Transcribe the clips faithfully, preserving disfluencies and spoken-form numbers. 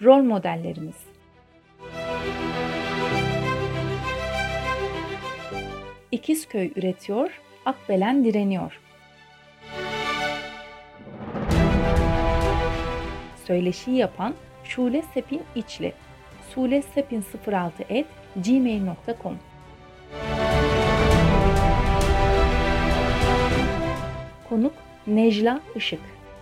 Rol modellerimiz. İkizköy üretiyor, Akbelen direniyor. Söyleşiyi yapan Şule Sepin İçli. sulesepin sıfır altı et gmail nokta com. Konuk Necla Işık.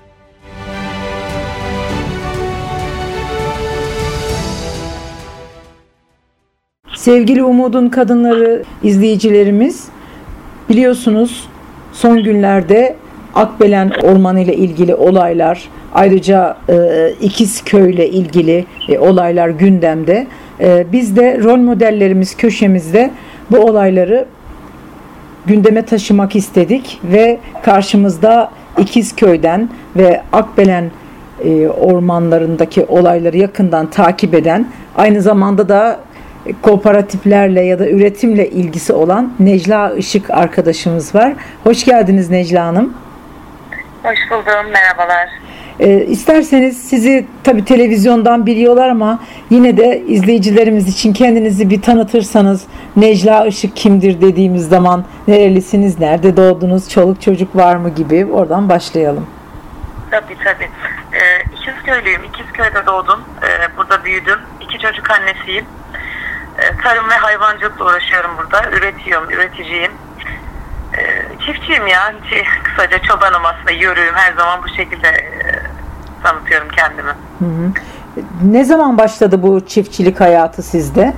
Sevgili Umud'un Kadınları izleyicilerimiz, biliyorsunuz son günlerde Akbelen Ormanı ile ilgili olaylar, ayrıca e, İkizköy ile ilgili e, olaylar gündemde. E, biz de rol modellerimiz köşemizde bu olayları gündeme taşımak istedik ve karşımızda İkizköy'den ve Akbelen e, ormanlarındaki olayları yakından takip eden, aynı zamanda da kooperatiflerle ya da üretimle ilgisi olan Necla Işık arkadaşımız var. Hoş geldiniz Necla Hanım. Hoş buldum, merhabalar. Ee, isterseniz sizi tabii televizyondan biliyorlar ama yine de izleyicilerimiz için kendinizi bir tanıtırsanız, Necla Işık kimdir dediğimiz zaman nerelisiniz, nerede doğdunuz, çoluk çocuk var mı gibi, oradan başlayalım. Tabii tabii. Ee, İkizköylüyüm, İkizköy'de doğdum, ee, burada büyüdüm, iki çocuk annesiyim. Ee, tarım ve hayvancılıkla uğraşıyorum burada, üretiyorum, üreticiyim. Ee, çiftçiyim ya, hiç, kısaca çobanım aslında, yörüğüm, her zaman bu şekilde e, tanıtıyorum kendimi. Hı hı. Ne zaman başladı bu çiftçilik hayatı sizde?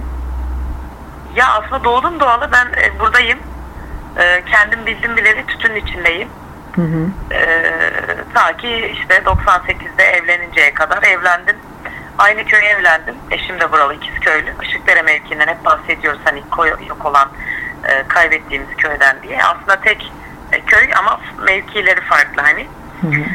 Ya aslında doğdum doğalı ben e, buradayım. E, kendim bildim bileli tütünün içindeyim. Hı hı. E, ta ki işte doksan sekizde evleninceye kadar evlendim. Aynı köye evlendim. Eşim de buralı, İkizköylü. Işıkdere mevkiinden hep bahsediyoruz, hani koy, yok olan e, kaybettiğimiz köyden diye. Aslında tek e, köy ama mevkileri farklı hani. Hı hı.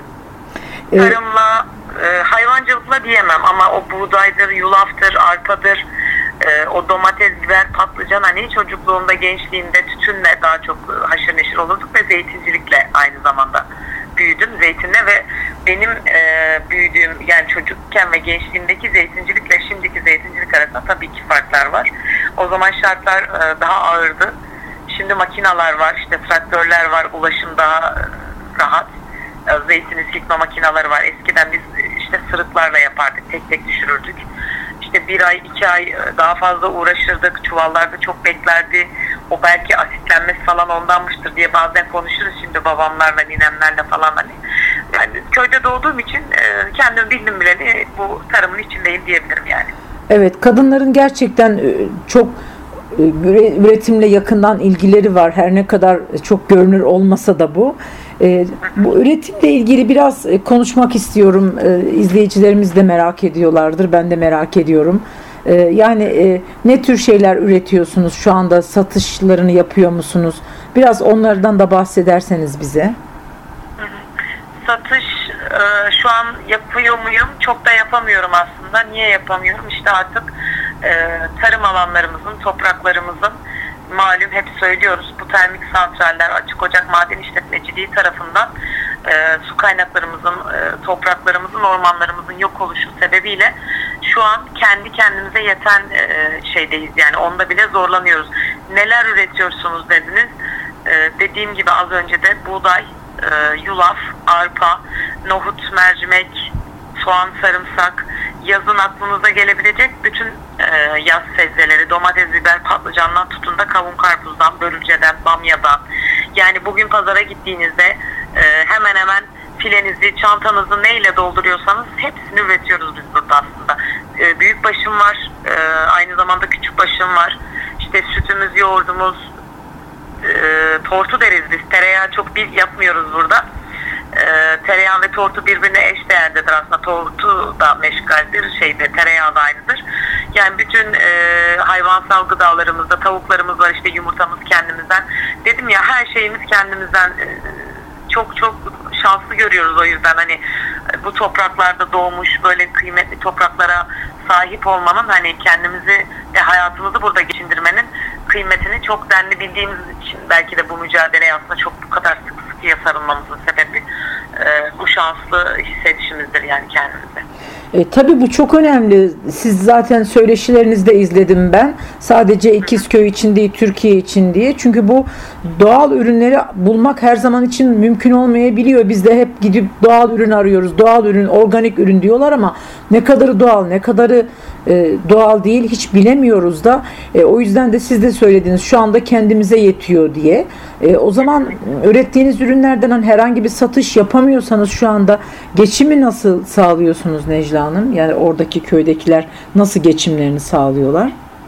Tarımla, e, hayvancılıkla diyemem ama o buğdaydır, yulaftır, arpadır, e, o domates, biber, patlıcan, hani çocukluğumda, gençliğimde tütünle daha çok haşır neşir olurduk ve zeytincilikle aynı zamanda büyüdüm, zeytinle. Ve benim e, büyüdüğüm, yani çocukken ve gençliğimdeki zeytincilikle şimdiki zeytincilik arasında tabii ki farklar var. O zaman şartlar e, daha ağırdı. Şimdi makineler var, işte traktörler var, ulaşım daha e, rahat. Zeytini silkme makineleri var. Eskiden biz işte sırıklarla yapardık, tek tek düşürürdük. İşte bir ay, iki ay daha fazla uğraşırdık. Çuvallarda çok beklerdi. O belki asitlenmesi falan ondanmıştır diye bazen konuşuruz şimdi babamlarla, ninemlerle falan hani. Yani köyde doğduğum için kendim bildim bileli bu tarımın içindeyim diyebilirim yani. Evet, kadınların gerçekten çok üretimle yakından ilgileri var. Her ne kadar çok görünür olmasa da bu. E, bu üretimle ilgili biraz konuşmak istiyorum. E, izleyicilerimiz de merak ediyorlardır. Ben de merak ediyorum. E, yani e, ne tür şeyler üretiyorsunuz? Şu anda satışlarını yapıyor musunuz? Biraz onlardan da bahsederseniz bize. Satış e, şu an yapıyor muyum? Çok da yapamıyorum aslında. Niye yapamıyorum? İşte artık e, tarım alanlarımızın, topraklarımızın, malum hep söylüyoruz, bu termik santraller, açık ocak maden işletmeciliği tarafından e, su kaynaklarımızın, e, topraklarımızın, ormanlarımızın yok oluşu sebebiyle şu an kendi kendimize yeten e, şeydeyiz. Yani onda bile zorlanıyoruz. Neler üretiyorsunuz dediniz. E, dediğim gibi az önce de buğday, e, yulaf, arpa, nohut, mercimek, soğan, sarımsak, yazın aklınıza gelebilecek bütün e, yaz sebzeleri, domates, biber, patlıcandan tutun da kavun, karpuzdan, börülceden, bamyadan. Yani bugün pazara gittiğinizde e, hemen hemen filenizi, çantanızı neyle dolduruyorsanız hepsini üretiyoruz biz burada aslında. E, büyük başım var, e, aynı zamanda küçük başım var. İşte sütümüz, yoğurdumuz, e, tortu deriz biz. Tereyağı çok bir yapmıyoruz burada. E, tereyağı ve tortu birbirine eş değerdedir aslında. Tortu da meşgaldir, şeyde, tereyağı da aynıdır. Yani bütün e, hayvansal gıdalarımızda tavuklarımız var, işte yumurtamız kendimizden. Dedim ya, her şeyimiz kendimizden. E, çok çok şanslı görüyoruz o yüzden, hani bu topraklarda doğmuş, böyle kıymetli topraklara sahip olmanın, hani kendimizi ve hayatımızı burada geçindirmenin kıymetini çok denli bildiğimiz için belki de bu mücadeleye aslında çok bu kadar sık sıkıya sarılmamızın sebebi. e, bu şanslı hissedişimizdir yani kendimize. E, tabii bu çok önemli. Siz zaten söyleşilerinizde izledim ben. Sadece İkizköy için değil, Türkiye için diye. Çünkü bu doğal ürünleri bulmak her zaman için mümkün olmayabiliyor. Biz de hep gidip doğal ürün arıyoruz. Doğal ürün, organik ürün diyorlar ama ne kadarı doğal, ne kadarı e, doğal değil hiç bilemiyoruz da. E, o yüzden de siz de söylediniz şu anda kendimize yetiyor diye. E, o zaman ürettiğiniz ürünlerden hani herhangi bir satış yapamıyorsanız şu anda geçimi nasıl sağlıyorsunuz Necla Hanım? Yani oradaki köydekiler nasıl geçimlerini sağlıyorlar?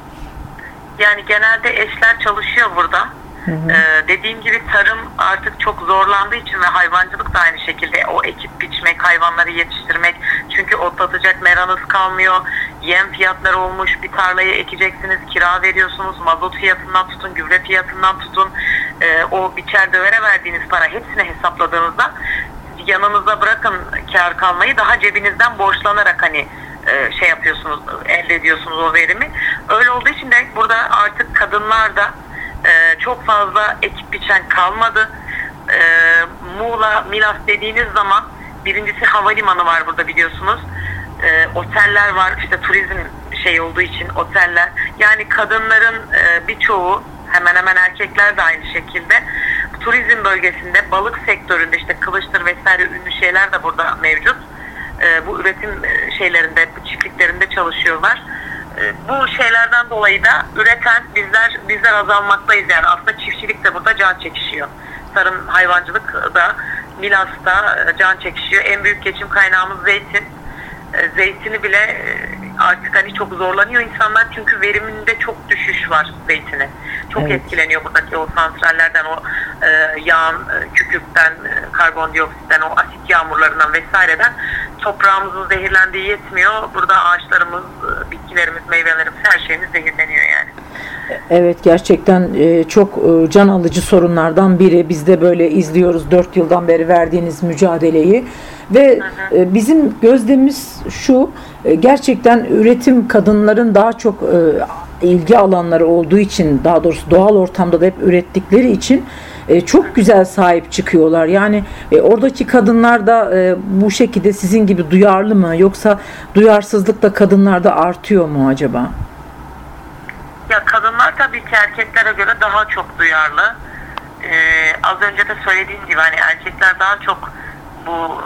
Yani genelde eşler çalışıyor burada. Hı hı. Ee, dediğim gibi tarım artık çok zorlandığı için ve hayvancılık da aynı şekilde o ekip biçmek, hayvanları yetiştirmek. Çünkü otlatacak meranız kalmıyor. Yem fiyatları olmuş. Bir tarlayı ekeceksiniz, kira veriyorsunuz. Mazot fiyatından tutun, gübre fiyatından tutun. Ee, o biçer dövere verdiğiniz para hepsini hesapladığınızda yanınıza bırakın kar kalmayı, daha cebinizden borçlanarak hani e, şey yapıyorsunuz, elde ediyorsunuz o verimi. Öyle olduğu için de burada artık kadınlar da e, çok fazla ekip biçen kalmadı. E, Muğla, Milas dediğiniz zaman birincisi havalimanı var burada biliyorsunuz. E, oteller var, işte turizm şey olduğu için oteller. Yani kadınların e, birçoğu, hemen hemen erkekler de aynı şekilde turizm bölgesinde, balık sektöründe, işte kılıçtır vesaire ünlü şeyler de burada mevcut. E, bu üretim şeylerinde, bu çiftliklerinde çalışıyorlar. E, bu şeylerden dolayı da üreten bizler bizler azalmaktayız yani. Aslında çiftçilik de burada can çekişiyor. Tarım, hayvancılık da Milas'ta can çekişiyor. En büyük geçim kaynağımız zeytin. E, zeytini bile e, artık hani çok zorlanıyor insanlar çünkü veriminde çok düşüş var zeytine. Çok evet. etkileniyor buradaki o santrallerden, o e, yağın, e, kükürtten, e, karbondioksitten, o asit yağmurlarından vesaireden toprağımızın zehirlendiği yetmiyor. Burada ağaçlarımız, e, bitkilerimiz, meyvelerimiz, her şeyimiz zehirleniyor yani. Evet, gerçekten çok can alıcı sorunlardan biri. Biz de böyle izliyoruz dört yıldan beri verdiğiniz mücadeleyi ve hı hı. bizim gözlemimiz şu, gerçekten üretim kadınların daha çok ilgi alanları olduğu için, daha doğrusu doğal ortamda da hep ürettikleri için çok güzel sahip çıkıyorlar. Yani oradaki kadınlar da bu şekilde sizin gibi duyarlı mı, yoksa duyarsızlık da kadınlarda artıyor mu acaba? Ya kadınlar tabii ki erkeklere göre daha çok duyarlı. Ee, az önce de söylediğim gibi hani erkekler daha çok bu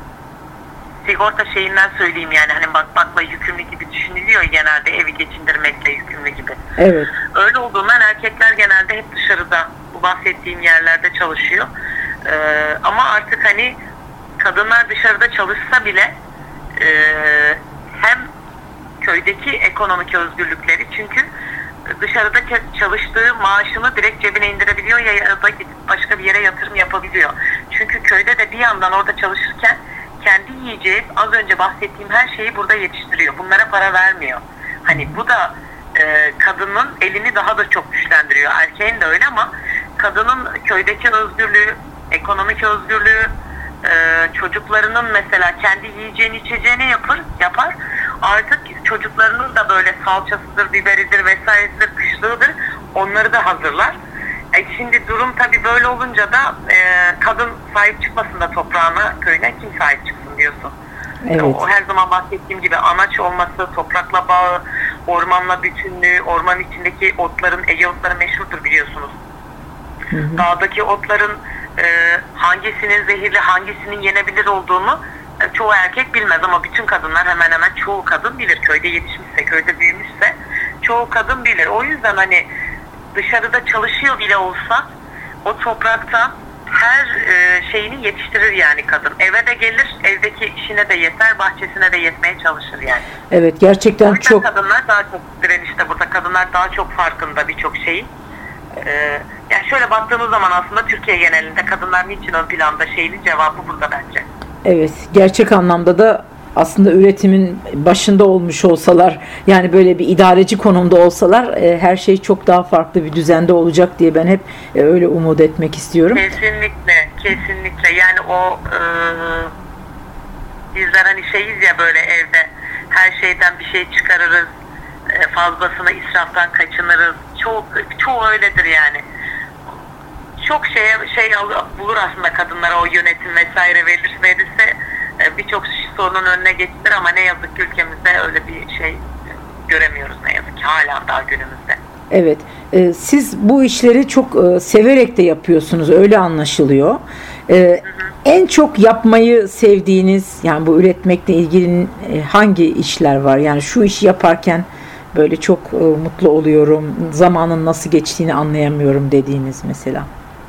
sigorta şeyinden söyleyeyim yani hani bakmakla yükümlü gibi düşünülüyor genelde, evi geçindirmekle yükümlü gibi. Evet. Öyle olduğundan erkekler genelde hep dışarıda, bu bahsettiğim yerlerde çalışıyor. Ee, ama artık hani kadınlar dışarıda çalışsa bile e, hem köydeki ekonomik özgürlükleri, çünkü dışarıda çalıştığı maaşını direkt cebine indirebiliyor ya da gidip başka bir yere yatırım yapabiliyor. Çünkü köyde de bir yandan orada çalışırken kendi yiyeceği, az önce bahsettiğim her şeyi burada yetiştiriyor. Bunlara para vermiyor. Hani bu da e, kadının elini daha da çok güçlendiriyor. Erkeğin de öyle ama kadının köydeki özgürlüğü, ekonomik özgürlüğü, e, çocuklarının mesela kendi yiyeceğini, içeceğini yapar, yapar. Artık çocuklarının da böyle salçasıdır, biberidir vesairesidir, kışlığıdır. Onları da hazırlar. E şimdi durum tabii böyle olunca da e, kadın sahip çıkmasın da toprağına, köyüne, kim sahip çıksın diyorsun. Evet. O her zaman bahsettiğim gibi anaç olması, toprakla bağı, ormanla bütünlüğü, orman içindeki otların, Ege otları meşhurdur biliyorsunuz. Hı hı. Dağdaki otların e, hangisinin zehirli, hangisinin yenebilir olduğunu e, çoğu erkek bilmez ama bütün kadınlar, hemen hemen çoğu kadın bilir. Köyde yetişmişse, köyde büyümüşse çoğu kadın bilir. O yüzden hani dışarıda çalışıyor bile olsa o toprakta her e, şeyini yetiştirir yani kadın. Eve de gelir, evdeki işine de yeter, bahçesine de yetmeye çalışır yani. Evet, gerçekten çok. Kadınlar daha çok direnişte burada. Kadınlar daha çok farkında birçok şeyin. Ee, yani şöyle baktığımız zaman aslında Türkiye genelinde kadınlar niçin ön planda şeyinin cevabı burada bence. Evet, gerçek anlamda da aslında üretimin başında olmuş olsalar, yani böyle bir idareci konumda olsalar e, her şey çok daha farklı bir düzende olacak diye ben hep e, öyle umut etmek istiyorum. Kesinlikle, kesinlikle. Yani o e, bizler hani şeyiz ya, böyle evde her şeyden bir şey çıkarırız, e, fazlasını israftan kaçınırız. Çoğu, çoğu öyledir yani. çok şeye şey bulur aslında, kadınlara o yönetim vesaire verir, verirse birçok sorunun önüne geçilir ama ne yazık ki ülkemizde öyle bir şey göremiyoruz, ne yazık ki hala daha günümüzde. Evet, e, siz bu işleri çok e, severek de yapıyorsunuz, öyle anlaşılıyor. E, hı hı. En çok yapmayı sevdiğiniz, yani bu üretmekle ilgili e, hangi işler var? Yani şu işi yaparken böyle çok e, mutlu oluyorum, zamanın nasıl geçtiğini anlayamıyorum dediğiniz mesela.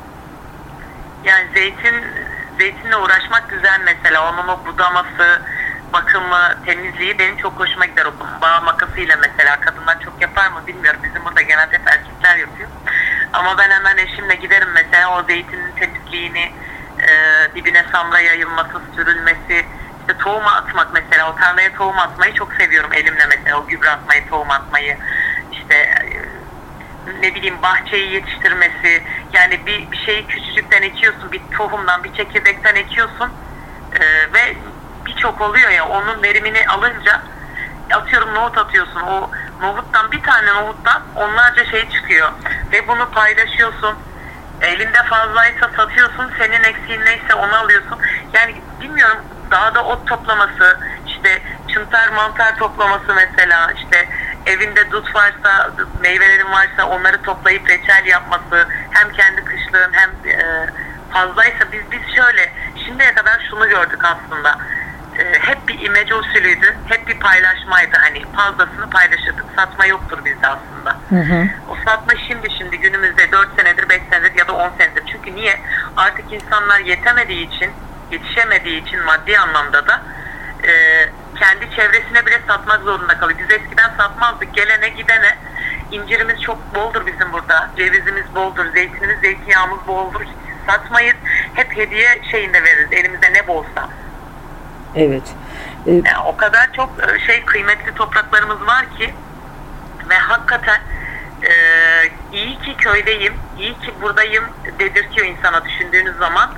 Yani zeytin, zeytinle uğraşmak güzel mesela. Onun o budaması, bakımı, temizliği benim çok hoşuma gider. O bağ makasıyla mesela kadınlar çok yapar mı bilmiyorum. Bizim burada genelde hep erkekler yapıyor. Ama ben hemen eşimle giderim mesela, o zeytinin temizliğini, e, dibine samra yayılması, sürülmesi, işte tohum atmak mesela. O tarlaya tohum atmayı çok seviyorum elimle mesela. O gübre atmayı, tohum atmayı, işte e, ne bileyim bahçeyi yetiştirmesi. Yani bir, bir şeyi küçücükten ekiyorsun, bir tohumdan, bir çekirdekten ekiyorsun e, ve birçok oluyor ya, onun verimini alınca, atıyorum nohut atıyorsun, o nohuttan, bir tane nohuttan onlarca şey çıkıyor ve bunu paylaşıyorsun, elinde fazlaysa satıyorsun, senin eksiğin neyse onu alıyorsun. Yani bilmiyorum, dağda ot toplaması, işte çıntar mantar toplaması mesela, işte evinde dut varsa, meyvelerin varsa onları toplayıp reçel yapması, hem kendi kışlığın hem e, fazlaysa, biz biz şöyle şimdiye kadar şunu gördük aslında. Hep bir imece usulüydü, hep bir paylaşmaydı. Hani fazlasını paylaşırdık. Satma yoktur bizde aslında. Hı hı. O satma şimdi şimdi günümüzde dört senedir, beş senedir ya da on senedir. Çünkü niye? Artık insanlar yetemediği için, yetişemediği için maddi anlamda da e, kendi çevresine bile satmak zorunda kalıyor. Biz eskiden satmazdık. Gelene gidene, incirimiz çok boldur bizim burada. Cevizimiz boldur, zeytinimiz, zeytinyağımız boldur. Satmayız. Hep hediye şeyinde veririz. Elimizde ne bolsa. Evet. Ee, yani o kadar çok şey kıymetli topraklarımız var ki ve hakikaten e, iyi ki köydeyim, iyi ki buradayım dedirtiyor insana düşündüğünüz zaman.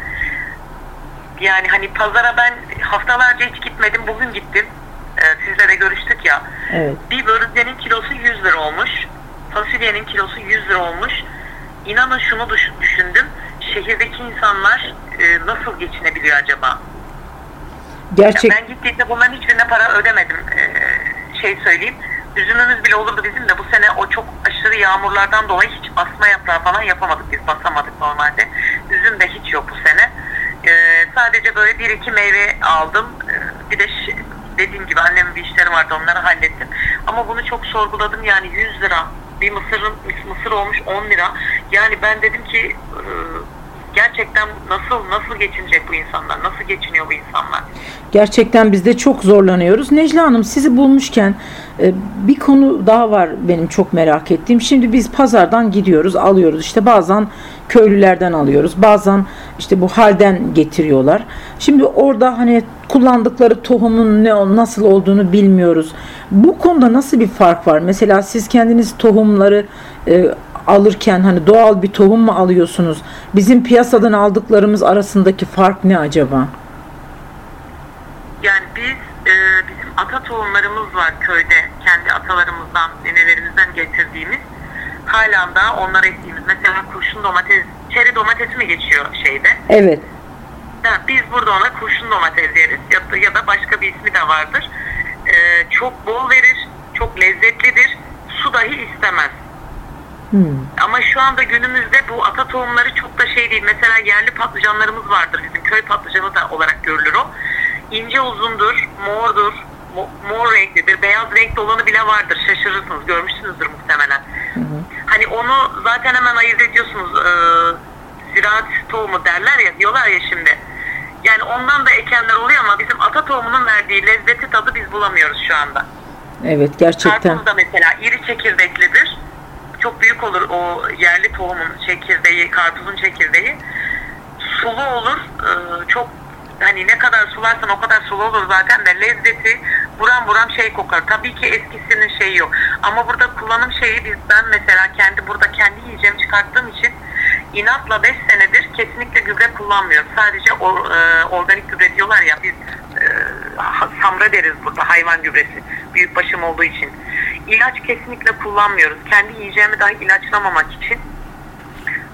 Yani hani pazara ben haftalarca hiç gitmedim, bugün gittim. Ee, sizle de görüştük ya. Evet. Bir börülcenin kilosu yüz lira olmuş, fasulyenin kilosu yüz lira olmuş. İnanın şunu düşündüm, şehirdeki insanlar e, nasıl geçinebiliyor acaba? Gerçek. Ya ben gittiğimde bunların hiçbirine para ödemedim. Ee, şey söyleyeyim. Üzümümüz bile olurdu bizim de. Bu sene o çok aşırı yağmurlardan dolayı hiç asma yaprağı falan yapamadık. Biz basamadık normalde. Üzüm de hiç yok bu sene. Ee, sadece böyle bir iki meyve aldım. Ee, bir de ş- dediğim gibi annemin bir işleri vardı, onları hallettim. Ama bunu çok sorguladım, yani yüz lira. Bir mısırın, mısır olmuş on lira. Yani ben dedim ki e, gerçekten nasıl nasıl geçinecek bu insanlar? Nasıl geçiniyor bu insanlar? Gerçekten biz de çok zorlanıyoruz. Necla Hanım, sizi bulmuşken bir konu daha var benim çok merak ettiğim. Şimdi biz pazardan gidiyoruz, alıyoruz. İşte bazen köylülerden alıyoruz. Bazen işte bu halden getiriyorlar. Şimdi orada hani kullandıkları tohumun ne nasıl olduğunu bilmiyoruz. Bu konuda nasıl bir fark var? Mesela siz kendiniz tohumları e, alırken hani doğal bir tohum mu alıyorsunuz? Bizim piyasadan aldıklarımız arasındaki fark ne acaba? Yani biz e, bizim ata tohumlarımız var köyde, kendi atalarımızdan, nenelerimizden getirdiğimiz. Halen daha onlar ektiğimiz. Mesela kurşun domates, çeri domates mi geçiyor şeyde? Evet. Yani biz burada ona kurşun domates deriz ya da, ya da başka bir ismi de vardır. E, çok bol verir, çok lezzetlidir, su dahi istemez. Hmm. Ama şu anda günümüzde bu ata tohumları çok da şey değil. Mesela yerli patlıcanlarımız vardır, bizim köy patlıcanı da olarak görülür o. İnce uzundur, mordur, mor renklidir, beyaz renkli olanı bile vardır. Şaşırırsınız, görmüşsünüzdür muhtemelen. Hı hı. Hani onu zaten hemen ayırt ediyorsunuz. Ee, ziraat tohumu derler ya, diyorlar ya şimdi. Yani ondan da ekenler oluyor ama bizim ata tohumunun verdiği lezzeti, tadı biz bulamıyoruz şu anda. Evet, gerçekten. Karpuz da mesela iri çekirdeklidir. Çok büyük olur o yerli tohumun çekirdeği, karpuzun çekirdeği. Sulu olur, ee, çok hani ne kadar sularsan o kadar sulu olur zaten de lezzeti buram buram şey kokar. Tabii ki eskisinin şeyi yok. Ama burada kullanım şeyi, biz ben mesela kendi burada kendi yiyeceğimi çıkarttığım için inatla beş senedir kesinlikle gübre kullanmıyorum. Sadece o, e, organik gübre diyorlar ya, biz e, samra deriz burada, hayvan gübresi. Büyükbaşım olduğu için. İlaç kesinlikle kullanmıyoruz. Kendi yiyeceğimi dahi ilaçlamamak için.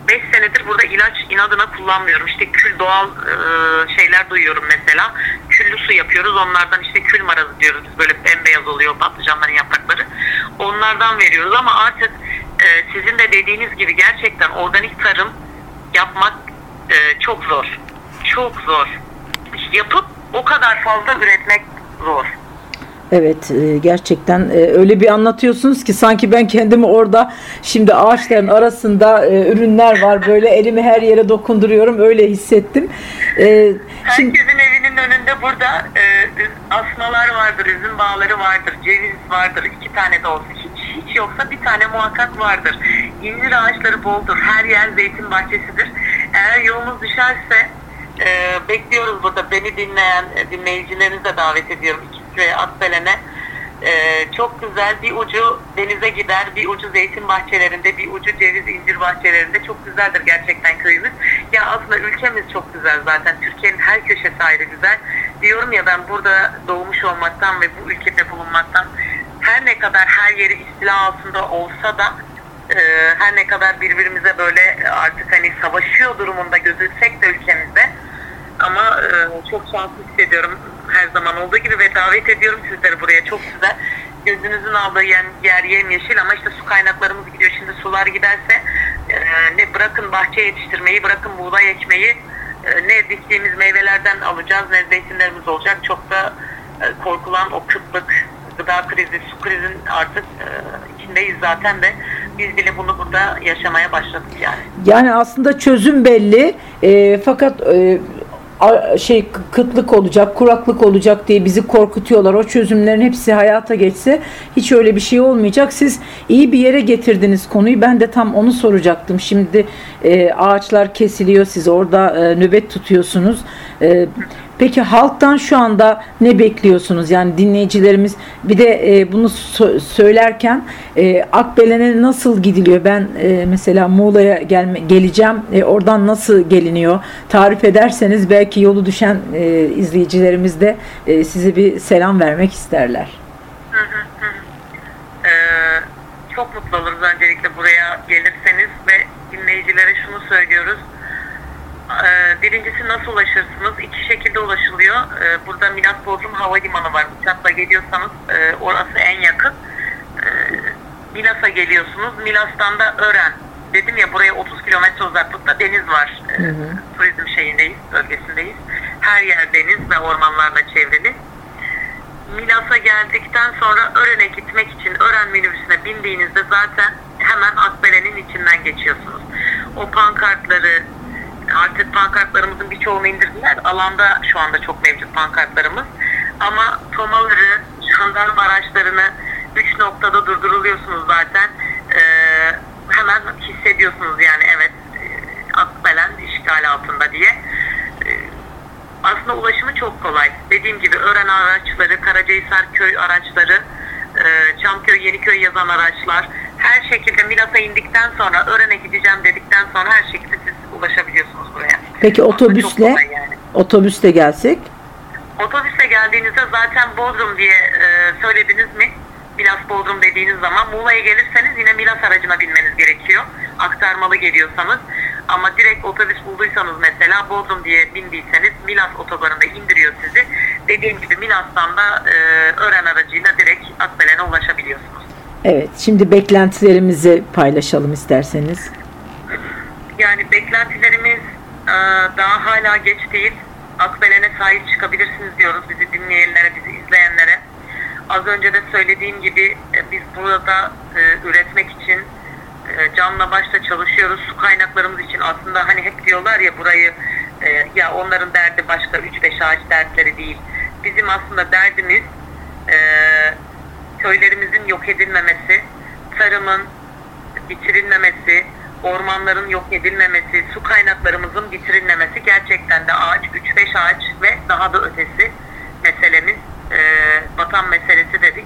beş senedir burada ilaç inadına kullanmıyorum. İşte kül doğal e, şeyler duyuyorum mesela. Küllü su yapıyoruz. Onlardan işte kül marazı diyoruz. Biz böyle bembeyaz oluyor patlıcanların yaprakları. Onlardan veriyoruz ama artık e, sizin de dediğiniz gibi gerçekten organik tarım yapmak e, çok zor. Çok zor. Yapıp o kadar fazla üretmek zor. Evet, e, gerçekten e, öyle bir anlatıyorsunuz ki sanki ben kendimi orada şimdi ağaçların arasında e, ürünler var, böyle elimi her yere dokunduruyorum, öyle hissettim. E, şimdi... Herkesin evinin önünde burada e, asmalar vardır, üzüm bağları vardır, ceviz vardır, iki tane de olsa, hiç hiç yoksa bir tane muhakkak vardır. İncir ağaçları boldur, her yer zeytin bahçesidir. Eğer yolunuz düşerse e, bekliyoruz burada, beni dinleyen e, dinleyicilerinizi de davet ediyorum. Ve Akbelen'e e, çok güzel, bir ucu denize gider, bir ucu zeytin bahçelerinde, bir ucu ceviz incir bahçelerinde. Çok güzeldir gerçekten köyümüz. Ya aslında ülkemiz çok güzel zaten. Türkiye'nin her köşesi ayrı güzel. Diyorum ya, ben burada doğmuş olmaktan ve bu ülkede bulunmaktan, her ne kadar her yeri istila altında olsa da e, her ne kadar birbirimize böyle artık hani savaşıyor durumunda gözüksek de ülkemizde, ama e, çok şanslı hissediyorum her zaman olduğu gibi ve davet ediyorum sizleri buraya. Çok güzel. Gözünüzün aldığı yer, yer yemyeşil ama işte su kaynaklarımız gidiyor. Şimdi sular giderse e, ne bırakın bahçe yetiştirmeyi, bırakın buğday ekmeği, e, ne diktiğimiz meyvelerden alacağız, ne zeytinlerimiz olacak. Çok da e, korkulan o kıtlık, gıda krizi, su krizin artık e, içindeyiz zaten de biz bile bunu burada yaşamaya başladık yani. Yani aslında çözüm belli e, fakat e, şey kıtlık olacak, kuraklık olacak diye bizi korkutuyorlar. O çözümlerin hepsi hayata geçse hiç öyle bir şey olmayacak. Siz iyi bir yere getirdiniz konuyu. Ben de tam onu soracaktım. Şimdi e, ağaçlar kesiliyor. Siz orada e, nöbet tutuyorsunuz. E, peki halktan şu anda ne bekliyorsunuz? Yani dinleyicilerimiz bir de e, bunu so- söylerken e, Akbelen'e nasıl gidiliyor? Ben e, mesela Muğla'ya gelme, geleceğim. E, oradan nasıl geliniyor? Tarif ederseniz belki yolu düşen e, izleyicilerimiz de e, size bir selam vermek isterler. Hı hı hı. Ee, çok mutlu oluruz öncelikle buraya gelirseniz ve dinleyicilere şunu söylüyoruz. Ee, birincisi nasıl ulaşırsınız? İki şekilde ulaşılıyor. Ee, burada Milas Bodrum Havalimanı var. Uçakla geliyorsanız e, orası en yakın. Ee, Milas'a geliyorsunuz. Milas'tan da Ören. Dedim ya, buraya otuz kilometre uzaklıkta deniz var. Ee, hı hı. Turizm şeyindeyiz, bölgesindeyiz. Her yer deniz ve ormanlarla çevrili. Milas'a geldikten sonra Ören'e gitmek için Ören minibüsüne bindiğinizde zaten hemen Akbelen'in içinden geçiyorsunuz. O pankartları, artık pankartlarımızın birçoğunu indirdiler. Alanda şu anda çok mevcut pankartlarımız. Ama tomaları, jandarma araçlarını üç noktada durduruluyorsunuz zaten. Ee, hemen hissediyorsunuz yani, evet Akbelen işgal altında diye. Ee, aslında ulaşımı çok kolay. Dediğim gibi Ören araçları, Karacahisar köy araçları, e, Çamköy, Yeniköy yazan araçlar, her şekilde Milas'a indikten sonra Ören'e gideceğim dedikten sonra her şekilde siz ulaşabiliyorsunuz buraya. Peki otobüsle yani. Otobüsle gelsek? Otobüsle geldiğinizde zaten Bodrum diye e, söylediniz mi? Milas Bodrum dediğiniz zaman Muğla'ya gelirseniz yine Milas aracına binmeniz gerekiyor. Aktarmalı geliyorsanız. Ama direkt otobüs bulduysanız mesela Bodrum diye bindiyseniz Milas otogarında indiriyor sizi. Dediğim gibi Milas'tan da e, Ören aracıyla direkt Akbelen'e ulaşabiliyorsunuz. Evet, şimdi beklentilerimizi paylaşalım isterseniz. Yani beklentilerimiz e, daha hala geç değil. Akbelen'e sahip çıkabilirsiniz diyoruz bizi dinleyenlere, bizi izleyenlere. Az önce de söylediğim gibi e, biz burada e, üretmek için e, canla başla çalışıyoruz. Su kaynaklarımız için aslında hani hep diyorlar ya burayı e, ya onların derdi başka üç beş ağaç dertleri değil. Bizim aslında derdimiz e, köylerimizin yok edilmemesi, tarımın bitirilmemesi, ormanların yok edilmemesi, su kaynaklarımızın bitirilmemesi, gerçekten de ağaç, üç beş ağaç ve daha da ötesi meselemiz, e, vatan meselesi dedik.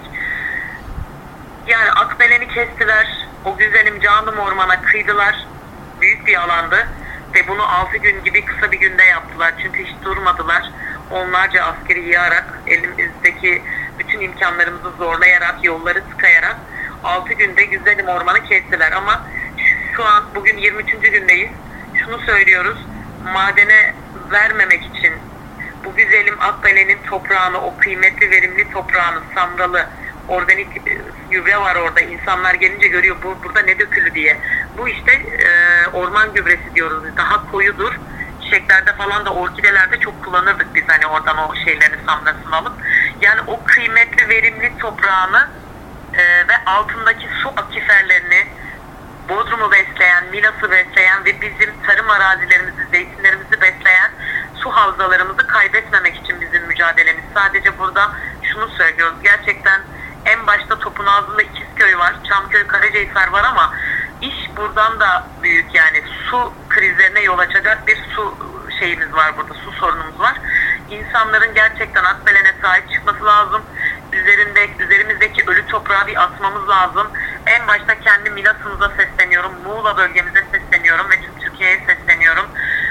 Yani Akbelen'i kestiler, o güzelim canım ormana kıydılar, büyük bir alandı ve bunu altı gün gibi kısa bir günde yaptılar çünkü hiç durmadılar. Onlarca askeri yığarak, elimizdeki bütün imkanlarımızı zorlayarak, yolları tıkayarak altı günde güzelim ormanı kestiler ama şu an bugün yirmi üçüncü gündeyiz. Şunu söylüyoruz. Madene vermemek için bu güzelim Akbelen'in toprağını, o kıymetli verimli toprağını, samralı, organik gübre var orada. İnsanlar gelince görüyor bu burada ne dökülü diye. Bu işte e, orman gübresi diyoruz. Daha koyudur. Çiçeklerde falan da, orkidelerde çok kullanırdık biz hani oradan o şeylerini, samrasını alıp. Yani o kıymetli verimli toprağını e, ve altındaki su akiferlerini, Bodrum'u besleyen, Milas'ı besleyen ve bizim tarım arazilerimizi, zeytinlerimizi besleyen su havzalarımızı kaybetmemek için bizim mücadelemiz. Sadece burada şunu söylüyoruz. Gerçekten en başta Topunazlı'da İkizköy var, Çamköy, Karacahisar var ama iş buradan da büyük. Yani su krizlerine yol açacak bir su şeyimiz var burada, su sorunumuz var. İnsanların gerçekten Akbelen'e sahip çıkması lazım. Üzerinde, üzerimizdeki ölü toprağı bir atmamız lazım. En başta kendi Milas'ımıza sesleniyorum, Muğla bölgemize sesleniyorum ve tüm Türkiye'ye sesleniyorum.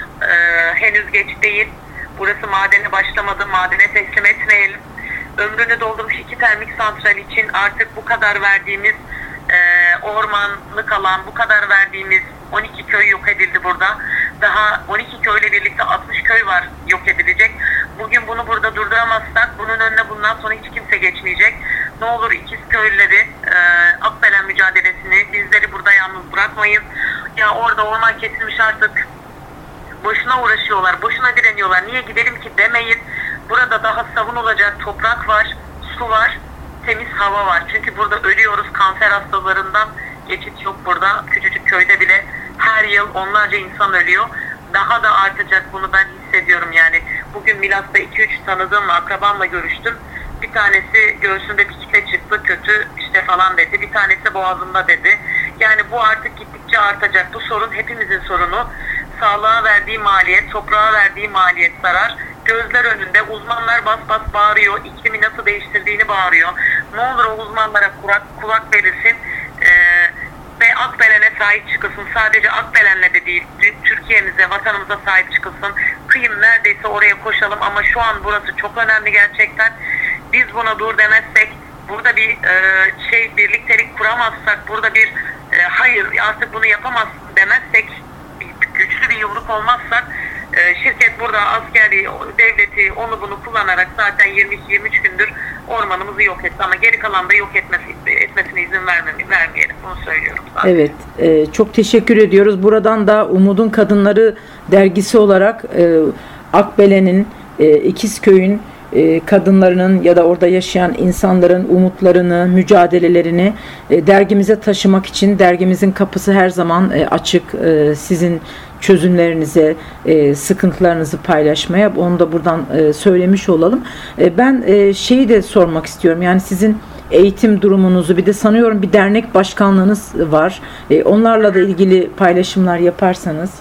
Ee, henüz geç değil. Burası madene başlamadı, madene teslim etmeyelim. Ömrünü doldurmuş iki termik santral için artık bu kadar verdiğimiz e, ormanlık alan, bu kadar verdiğimiz on iki köy yok edildi burada. Daha on iki köyle birlikte altmış köy var yok edilecek. Bugün bunu burada durduramazsak bunun önüne bundan sonra hiç kimse geçmeyecek. Ne olur İkizköylüleri, e, Akbelen mücadelesini, bizleri burada yalnız bırakmayın. Ya orada orman kesilmiş artık, boşuna uğraşıyorlar, boşuna direniyorlar, niye gidelim ki demeyin. Burada daha savunulacak toprak var, su var, temiz hava var. Çünkü burada ölüyoruz kanser hastalarından, geçit yok burada. Küçücük köyde bile her yıl onlarca insan ölüyor. Daha da artacak, bunu ben hissediyorum yani. Bugün Milas'ta iki üç tanıdığımla, akrabamla görüştüm. Bir tanesi göğsünde bir kitle çıktı, kötü işte falan dedi. Bir tanesi boğazında dedi. Yani bu artık gittikçe artacak. Bu sorun hepimizin sorunu. Sağlığa verdiği maliyet, toprağa verdiği maliyet, zarar. Gözler önünde uzmanlar bas bas bağırıyor. İklimi nasıl değiştirdiğini bağırıyor. Ne olur o uzmanlara kulak, kulak verilsin. Ee, ve Akbelen'e sahip çıkılsın. Sadece Akbelen'le de değil, Türkiye'mize, vatanımıza sahip çıkılsın. Kıyım neredeyse oraya koşalım ama şu an burası çok önemli gerçekten. Biz buna dur demezsek, burada bir e, şey birliktelik kuramazsak, burada bir e, hayır artık bunu yapamazsın demezsek, güçlü bir yumruk olmazsak, e, şirket burada askeri, devleti, onu bunu kullanarak zaten yirmi iki yirmi üç gündür ormanımızı yok etti ama geri kalan da yok etmesi, etmesine izin vermeyelim, vermeyelim. Bunu söylüyorum zaten. Evet, e, çok teşekkür ediyoruz. Buradan da Umudun Kadınları dergisi olarak e, Akbelen'in, e, İkizköy'ün e, kadınlarının ya da orada yaşayan insanların umutlarını, mücadelelerini e, dergimize taşımak için dergimizin kapısı her zaman e, açık. E, sizin çözümlerinize, e, sıkıntılarınızı paylaşmaya, onu da buradan e, söylemiş olalım. E, ben e, şeyi de sormak istiyorum. Yani sizin eğitim durumunuzu, bir de sanıyorum bir dernek başkanlığınız var. E, onlarla da ilgili paylaşımlar yaparsanız.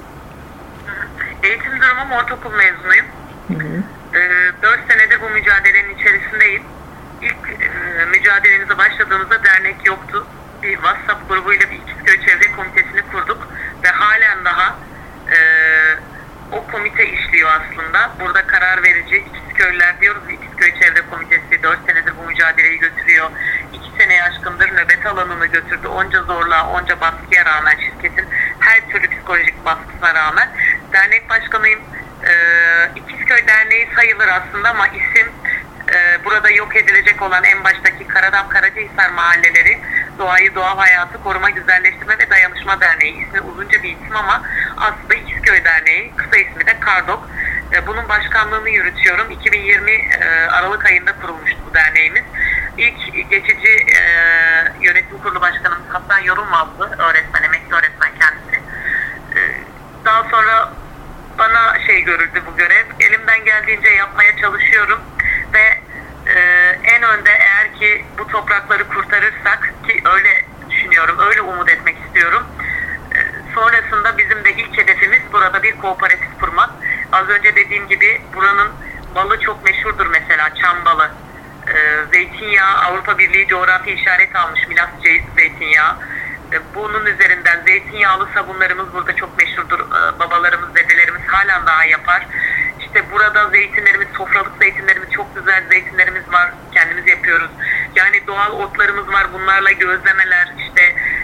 Eğitim durumum, ortaokul mezunuyum. Hı hı. dört senedir bu mücadelenin içerisindeyim. İlk e, mücadelemize başladığımızda dernek yoktu. Bir WhatsApp grubuyla bir İkizköy Çevre Komitesi'ni kurduk ve halen daha e, o komite işliyor aslında. Burada karar verici İkizköylüler diyoruz. İkizköy Çevre Komitesi dört senedir bu mücadeleyi götürüyor. iki seneye aşkındır nöbet alanını götürdü. Onca zorluğa, onca baskıya rağmen, şirketin her türlü psikolojik baskısına rağmen. Dernek başkanıyım. Ee, İkizköy Derneği sayılır aslında ama isim e, burada yok edilecek olan en baştaki Karadam Karacahisar mahalleleri, doğayı, doğal hayatı koruma, güzelleştirme ve dayanışma derneği. İsmi uzunca bir isim ama aslında İkizköy Derneği, kısa ismi de Kardok. E, bunun başkanlığını yürütüyorum. iki bin yirmi e, Aralık ayında kurulmuştu bu derneğimiz. İlk geçici e, yönetim kurulu başkanımız Hasan Yorulmazlı, öğretmen, emekli öğretmen kendisi. E, daha sonra bana şey görüldü bu görev. Elimden geldiğince yapmaya çalışıyorum ve e, en önde eğer ki bu toprakları kurtarırsak, ki öyle düşünüyorum, öyle umut etmek istiyorum. E, sonrasında bizim de ilk hedefimiz burada bir kooperatif kurmak. Az önce dediğim gibi buranın balı çok meşhurdur mesela, çam balı. E, zeytinyağı Avrupa Birliği coğrafi işaret almış, Milas zeytinyağı. Bunun üzerinden zeytinyağlı sabunlarımız burada çok meşhurdur. Babalarımız, dedelerimiz halen daha yapar. İşte burada zeytinlerimiz, sofralık zeytinlerimiz, çok güzel zeytinlerimiz var. Kendimiz yapıyoruz. Yani doğal otlarımız var. Bunlarla gözlemeler, işte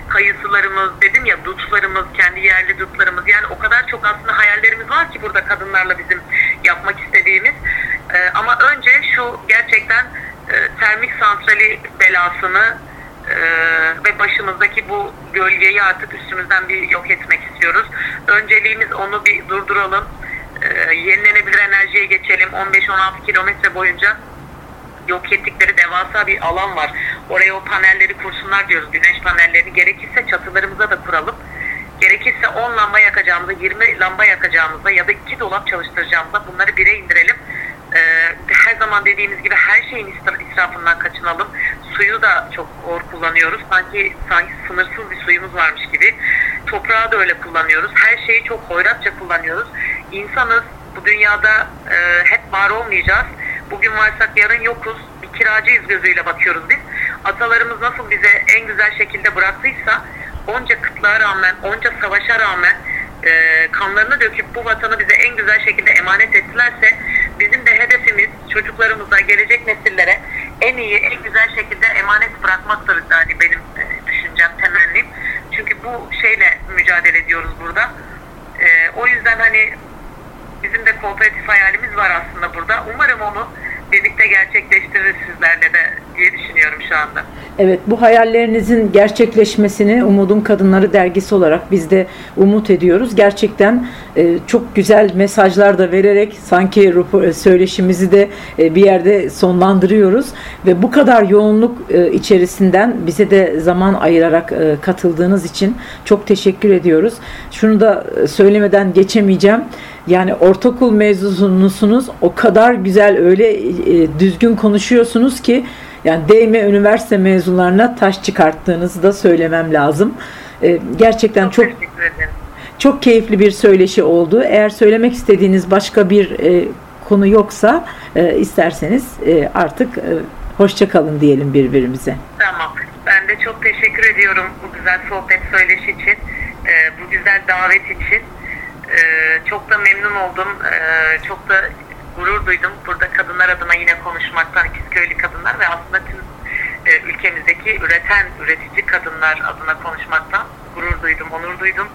kayısılarımız, dedim ya dutlarımız, kendi yerli dutlarımız, yani o kadar çok aslında hayallerimiz var ki burada kadınlarla bizim yapmak istediğimiz. Ee, ama önce şu gerçekten e, termik santrali belasını e, ve başımızdaki bu gölgeyi artık üstümüzden bir yok etmek istiyoruz. Önceliğimiz onu bir durduralım. E, yenilenebilir enerjiye geçelim. on beş on altı kilometre boyunca yok ettikleri devasa bir alan var. Oraya o panelleri kursunlar diyoruz, güneş panellerini. Gerekirse çatılarımıza da kuralım. Gerekirse on lamba yakacağımızda, yirmi lamba yakacağımızda ya da iki dolap çalıştıracağımızda bunları bire indirelim. Ee, her zaman dediğimiz gibi her şeyin israfından kaçınalım. Suyu da çok hor kullanıyoruz. Sanki, sanki sınırsız bir suyumuz varmış gibi. Toprağı da öyle kullanıyoruz. Her şeyi çok hoyratça kullanıyoruz. İnsanız, bu dünyada e, hep var olmayacağız. Bugün varsak yarın yokuz. Bir kiracıyız gözüyle bakıyoruz biz. Atalarımız nasıl bize en güzel şekilde bıraktıysa, onca kıtlığa rağmen, onca savaşa rağmen e, kanlarını döküp bu vatanı bize en güzel şekilde emanet ettilerse, bizim de hedefimiz çocuklarımıza, gelecek nesillere en iyi, en güzel şekilde emanet bırakmaktır. Yani benim e, düşüncem, temennim. Çünkü bu şeyle mücadele ediyoruz burada. E, o yüzden hani bizim de kooperatif hayalimiz var aslında burada. Umarım onu birlikte gerçekleştiririz sizlerle de diye düşünüyorum şu anda. Evet, bu hayallerinizin gerçekleşmesini Umudun Kadınları dergisi olarak biz de umut ediyoruz. Gerçekten e, çok güzel mesajlar da vererek sanki söyleşimizi de e, bir yerde sonlandırıyoruz ve bu kadar yoğunluk e, içerisinden bize de zaman ayırarak e, katıldığınız için çok teşekkür ediyoruz. Şunu da söylemeden geçemeyeceğim. Yani ortaokul mezunusunuz, o kadar güzel, öyle e, düzgün konuşuyorsunuz ki yani değme üniversite mezunlarına taş çıkarttığınızı da söylemem lazım. E, gerçekten çok çok, çok keyifli bir söyleşi oldu. Eğer söylemek istediğiniz başka bir e, konu yoksa e, isterseniz e, artık e, hoşça kalın diyelim birbirimize. Tamam. Ben de çok teşekkür ediyorum bu güzel sohbet, söyleşi için, e, bu güzel davet için. Ee, çok da memnun oldum. Ee, çok da gurur duydum. Burada kadınlar adına yine konuşmaktan, İkizköylü kadınlar ve aslında tüm e, ülkemizdeki üreten, üretici kadınlar adına konuşmaktan gurur duydum, onur duydum.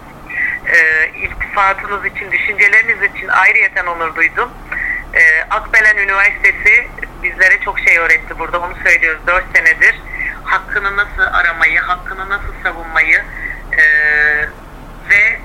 Ee, iltifatınız için, düşünceleriniz için ayrıyeten onur duydum. Ee, Akbelen Üniversitesi bizlere çok şey öğretti burada. Onu söylüyoruz dört senedir. Hakkını nasıl aramayı, hakkını nasıl savunmayı e, ve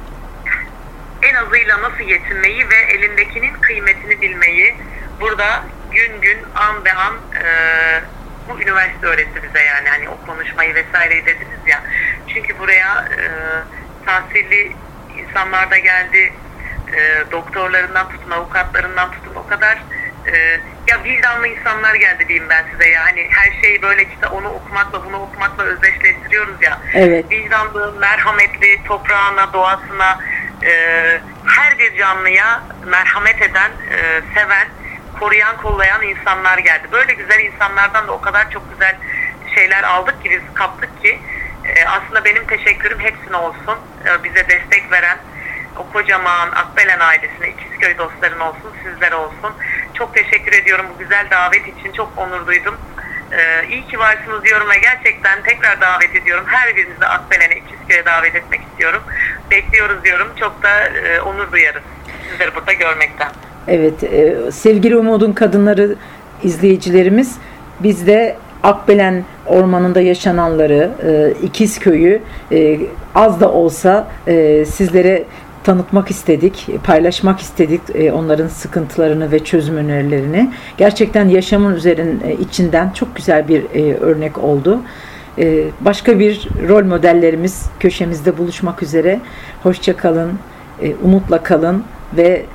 en azıyla nasıl yetinmeyi ve elindekinin kıymetini bilmeyi burada gün gün, an be an e, bu üniversite öğretti bize. Yani hani o konuşmayı vesaireyi dediniz ya. Çünkü buraya e, tahsilli insanlar da geldi. E, doktorlarından tutun, avukatlarından tutun, o kadar e, ya vicdanlı insanlar geldi diyeyim ben size. Yani her şeyi böyle işte onu okumakla, bunu okumakla özdeşleştiriyoruz ya. Evet. Vicdanlı, merhametli, toprağına, doğasına, Ee, her bir canlıya merhamet eden, e, seven, koruyan, kollayan insanlar geldi. Böyle güzel insanlardan da o kadar çok güzel şeyler aldık ki, biz kaptık ki e, aslında benim teşekkürüm hepsine olsun. E, bize destek veren o kocaman Akbelen ailesine, İkizköy dostlarına olsun, sizlere olsun. Çok teşekkür ediyorum bu güzel davet için. Çok onur duydum. Ee, iyi ki varsınız diyorum ve gerçekten tekrar davet ediyorum. Her birinizi Akbelen'e, İkizköy'e davet etmek istiyorum. Bekliyoruz diyorum. Çok da e, onur duyarız sizleri burada görmekten. Evet, e, sevgili Umudun Kadınları izleyicilerimiz, biz de Akbelen Ormanı'nda yaşananları, e, İkizköy'ü e, az da olsa e, sizlere tanıtmak istedik, paylaşmak istedik onların sıkıntılarını ve çözüm önerilerini. Gerçekten yaşamın üzerinin içinden çok güzel bir örnek oldu. Başka bir rol modellerimiz köşemizde buluşmak üzere. Hoşça kalın, umutla kalın ve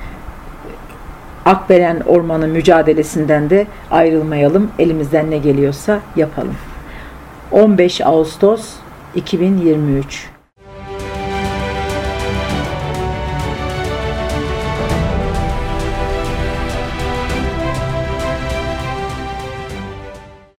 Akbelen Ormanı mücadelesinden de ayrılmayalım. Elimizden ne geliyorsa yapalım. on beş Ağustos iki bin yirmi üç